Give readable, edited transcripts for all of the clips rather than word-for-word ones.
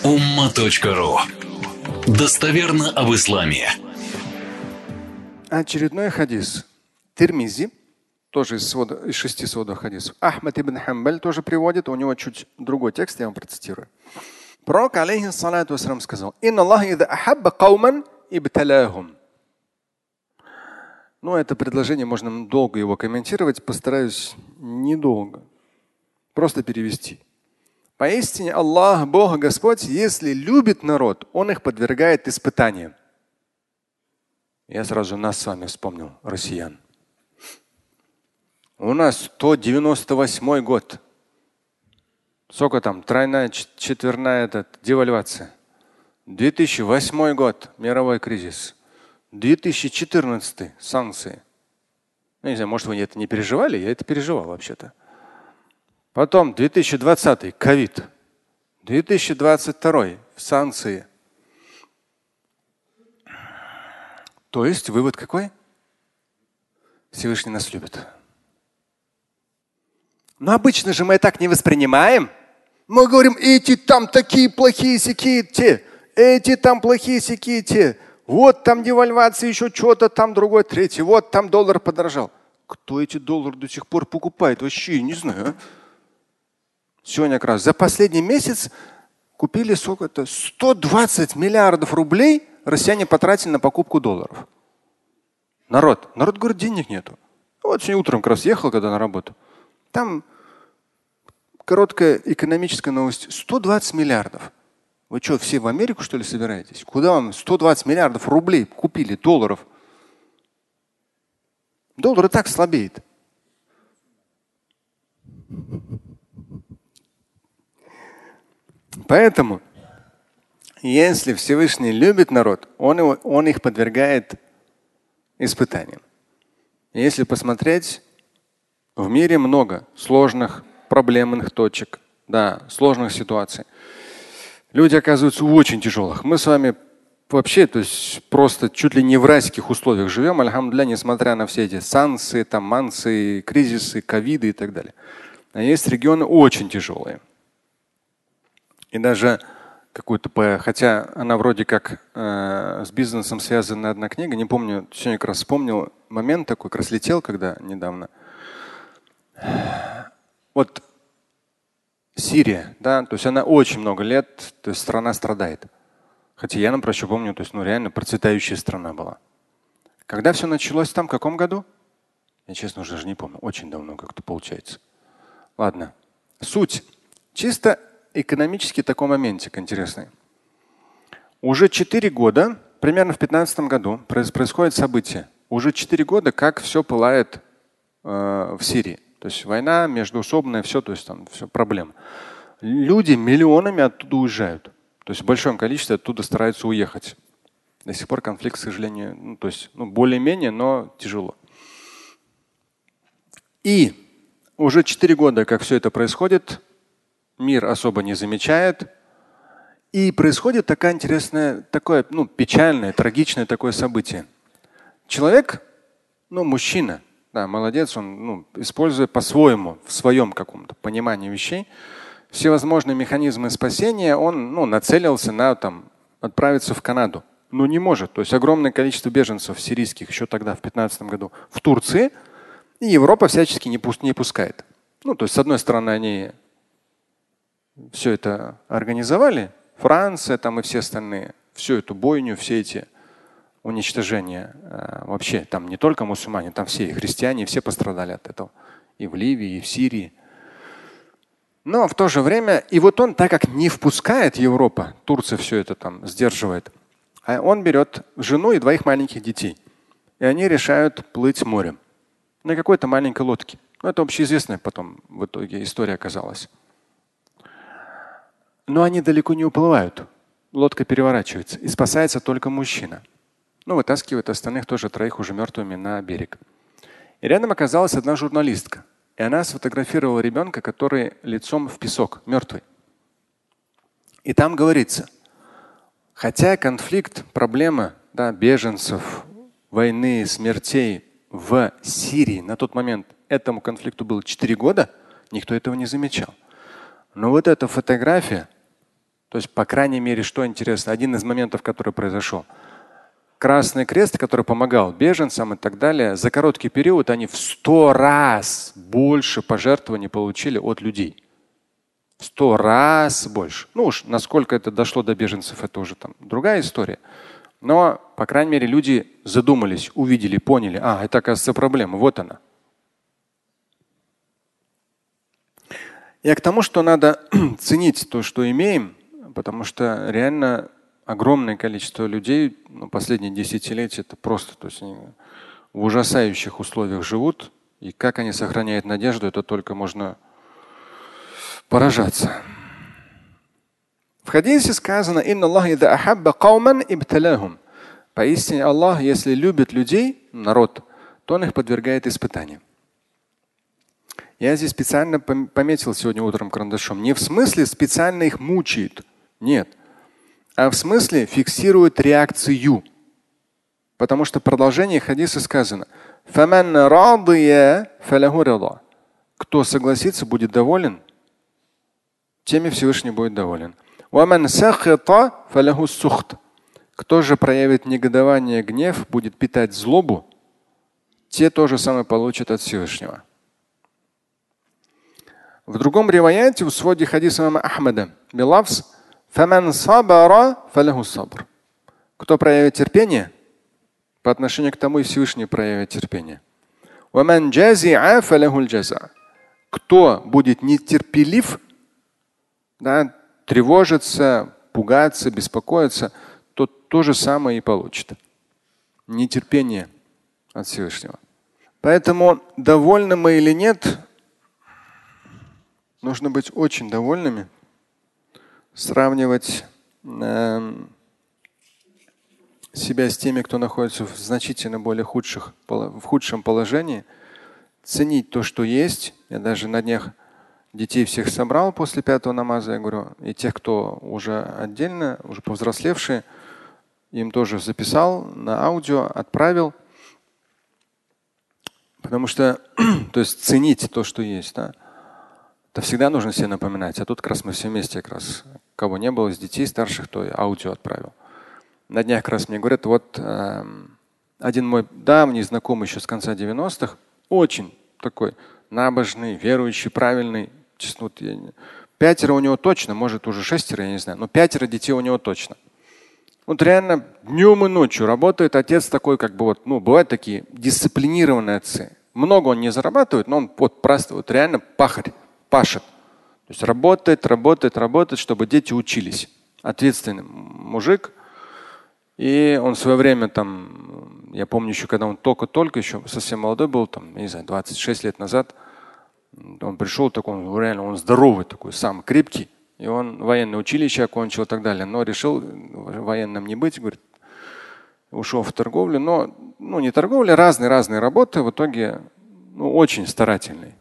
umma.ru. Достоверно об исламе. Очередной хадис. Тирмизи, тоже из 6 сводов хадисов. Ахмад ибн Хамбаль тоже приводит, у него чуть другой текст, я вам процитирую. Пророк, алейхиссалату вассалам, сказал: «Инна Аллах ида ахабба кауман ибталахум». Ну, это предложение, можно долго его комментировать, постараюсь недолго. Просто перевести. Поистине Аллах, Бог, Господь, если любит народ, Он их подвергает испытаниям. Я сразу нас с вами вспомнил, россиян. У нас 198 год. Сколько там? Тройная, четверная девальвация. 2008 год, мировой кризис. 2014 санкции. Ну, не знаю, может, вы это не переживали, я это переживал вообще-то. Потом 2020 ковид. 2022 санкции. То есть вывод какой? Всевышний нас любит. Но обычно же мы так не воспринимаем. Мы говорим, эти там такие плохие, сякие те. Эти там плохие, сякие те. Вот там девальвация, еще что-то там другое, третье. Вот там доллар подорожал. Кто эти доллары до сих пор покупает? Вообще не знаю. А? Сегодня как раз за последний месяц купили сколько-то 120 миллиардов рублей россияне потратили на покупку долларов. Народ говорит, денег нету. Вот сегодня утром как раз ехал, когда на работу. Там короткая экономическая новость. 120 миллиардов. Вы что, все в Америку, что ли, собираетесь? Куда вам 120 миллиардов рублей купили, долларов? Доллар и так слабеет. Поэтому, если Всевышний любит народ, он их подвергает испытаниям. Если посмотреть, в мире много сложных, проблемных точек, да, сложных ситуаций. Люди оказываются в очень тяжелых. Мы с вами вообще, то есть просто чуть ли не в райских условиях живем, альхамдулилля, несмотря на все эти санкции, там, мансы, кризисы, ковиды и так далее. А есть регионы очень тяжелые. И даже какую-то, хотя она вроде как с бизнесом связана одна книга, не помню, сегодня как раз вспомнил момент такой, как раз летел, когда недавно. Вот Сирия, да, то есть она очень много лет, то есть страна страдает. Хотя я, например, еще помню, то есть, реально процветающая страна была. Когда все началось там, в каком году? Я, честно, уже даже не помню. Очень давно как-то получается. Ладно. Суть. Чисто экономический такой моментик интересный. Уже 4 года, примерно в 2015 году, происходит событие. Уже 4 года, как все пылает в Сирии. То есть война междуусобная, все, то есть там все проблема. Люди миллионами оттуда уезжают. То есть в большом количестве оттуда стараются уехать. До сих пор конфликт, к сожалению, более-менее, но тяжело. И уже 4 года, как все это происходит, мир особо не замечает. И происходит такое интересное, такое печальное, трагичное такое событие. Человек, мужчина, да, молодец, он используя по-своему, в своем каком-то понимании вещей, всевозможные механизмы спасения, он нацелился на отправиться в Канаду. Но не может. То есть огромное количество беженцев сирийских еще тогда, в 2015 году, в Турции, и Европа всячески не пускает. То есть, с одной стороны, они все это организовали, Франция там и все остальные, всю эту бойню, все эти уничтожения. Вообще там не только мусульмане, там все и христиане, и все пострадали от этого. И в Ливии, и в Сирии. Но в то же время, и вот он, так как не впускает Европа, Турция все это там сдерживает, а он берет жену и 2 маленьких детей. И они решают плыть морем на какой-то маленькой лодке. Это общеизвестная потом в итоге история оказалась. Но они далеко не уплывают. Лодка переворачивается. И спасается только мужчина. Вытаскивает остальных тоже 3 уже мертвыми на берег. И рядом оказалась одна журналистка. И она сфотографировала ребенка, который лицом в песок, мертвый. И там говорится, хотя конфликт, проблема беженцев, войны, смертей в Сирии на тот момент этому конфликту было 4 года, никто этого не замечал. Но вот эта фотография, То есть, по крайней мере, что интересно, один из моментов, который произошел. Красный Крест, который помогал беженцам и так далее, за короткий период они в 100 раз больше пожертвований получили от людей. В 100 раз больше. Ну уж насколько это дошло до беженцев, это уже там другая история. Но, по крайней мере, люди задумались, увидели, поняли, это, оказывается, проблема, вот она. Я к тому, что надо ценить то, что имеем, потому что реально огромное количество людей, последние десятилетия, это просто, то есть они в ужасающих условиях живут, и как они сохраняют надежду, это только можно поражаться. В хадисе сказано: «Инна Аллах ида ахабба кауман ибталахум». Поистине Аллах, если любит людей, народ, то Он их подвергает испытаниям. Я здесь специально пометил сегодня утром карандашом. Не в смысле специально их мучает. Нет. А в смысле фиксирует реакцию. Потому что в продолжении хадиса сказано: кто согласится, будет доволен, теми Всевышний будет доволен. Кто же проявит негодование, гнев, будет питать злобу, те тоже самое получат от Всевышнего. В другом риваяте, в своде хадиса имама Ахмада, билавс: кто проявит терпение, по отношению к тому и Всевышний проявит терпение. Кто будет нетерпелив, тревожиться, пугаться, беспокоиться, тот то же самое и получит. Нетерпение от Всевышнего. Поэтому, довольны мы или нет, нужно быть очень довольными, сравнивать себя с теми, кто находится в значительно более худшем положении, ценить то, что есть. Я даже на днях детей всех собрал после 5-го намаза, я говорю, и тех, кто уже отдельно, уже повзрослевшие, им тоже записал на аудио, отправил. Потому что то есть ценить то, что есть. Да? Это всегда нужно себе напоминать. А тут как раз мы все вместе, как раз, кого не было из детей старших, то я аудио отправил. На днях как раз мне говорят, вот один мой давний знакомый еще с конца 90-х, очень такой набожный, верующий, правильный. Честно, вот 5 у него точно, может уже 6, я не знаю, но 5 детей у него точно. Вот реально днем и ночью работает отец такой, как бы вот, бывают такие дисциплинированные отцы. Много он не зарабатывает, но он вот просто вот реально пахарь, пашет. То есть работает, чтобы дети учились. Ответственный мужик. И он в свое время там, я помню еще, когда он только еще совсем молодой был, там, не знаю, 26 лет назад, он пришел такой, реально он здоровый такой, сам крепкий. И он военное училище окончил и так далее. Но решил военным не быть, говорит, ушел в торговлю. Но не торговля, разные работы. В итоге очень старательный.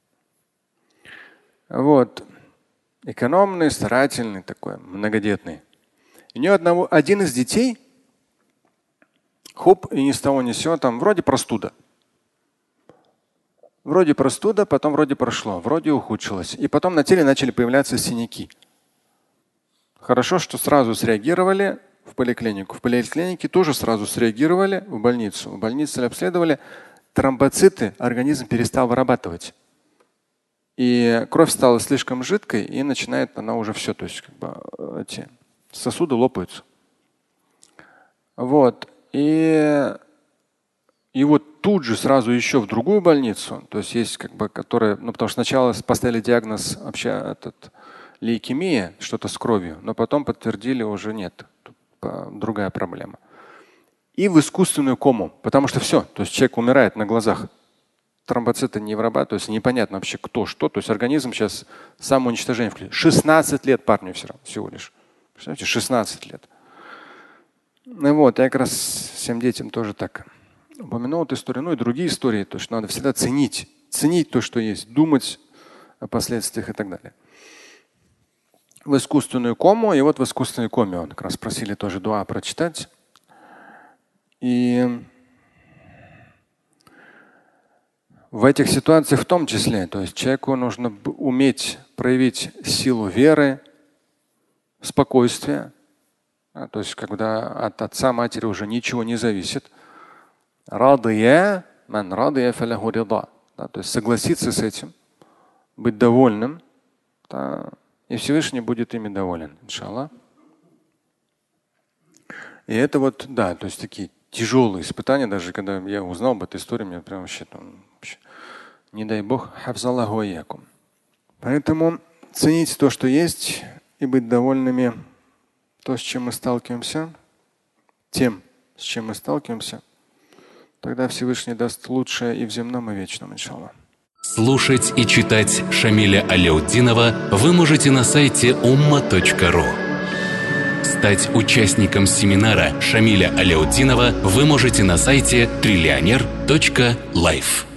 Вот. Экономный, старательный такой, многодетный. У него один из детей, хоп, и ни с того ни с сего, там вроде простуда. Потом вроде прошло, вроде ухудшилось. И потом на теле начали появляться синяки. Хорошо, что сразу среагировали в поликлинику. В поликлинике тоже сразу среагировали в больницу. В больнице обследовали. Тромбоциты организм перестал вырабатывать. И кровь стала слишком жидкой, и начинает она уже все. То есть эти сосуды лопаются. Вот. И вот тут же сразу еще в другую больницу, то есть есть которая, потому что сначала поставили диагноз вообще лейкемия, что-то с кровью, но потом подтвердили уже нет, другая проблема. И в искусственную кому, потому что все, то есть человек умирает на глазах, тромбоциты не вырабатываются, непонятно вообще кто что, то есть организм сейчас самоуничтожение включает. 16 лет парню всего лишь. Представляете, 16 лет. Вот, я как раз всем детям тоже так упомянул эту историю, и другие истории, то, что надо всегда ценить то, что есть, думать о последствиях и так далее. В искусственную кому, и вот в искусственной коме он как раз просили тоже дуа прочитать. И в этих ситуациях в том числе, то есть человеку нужно уметь проявить силу веры, спокойствие, то есть когда от отца, матери уже ничего не зависит. Радия, ман радия фалаху рида. То есть согласиться с этим, быть довольным, и Всевышний будет ими доволен, иншаллах. И это вот, да, то есть такие тяжелые испытания, даже когда я узнал об этой истории, мне прям вообще, не дай бог, хафзаллаху ва иякум. Поэтому цените то, что есть, и быть довольными то, с чем мы сталкиваемся, тем, с чем мы сталкиваемся. Тогда Всевышний даст лучшее и в земном, и вечном, иншаллах. Слушать и читать Шамиля Аляутдинова вы можете на сайте umma.ru. Стать участником семинара Шамиля Аляутдинова вы можете на сайте trillioner.life.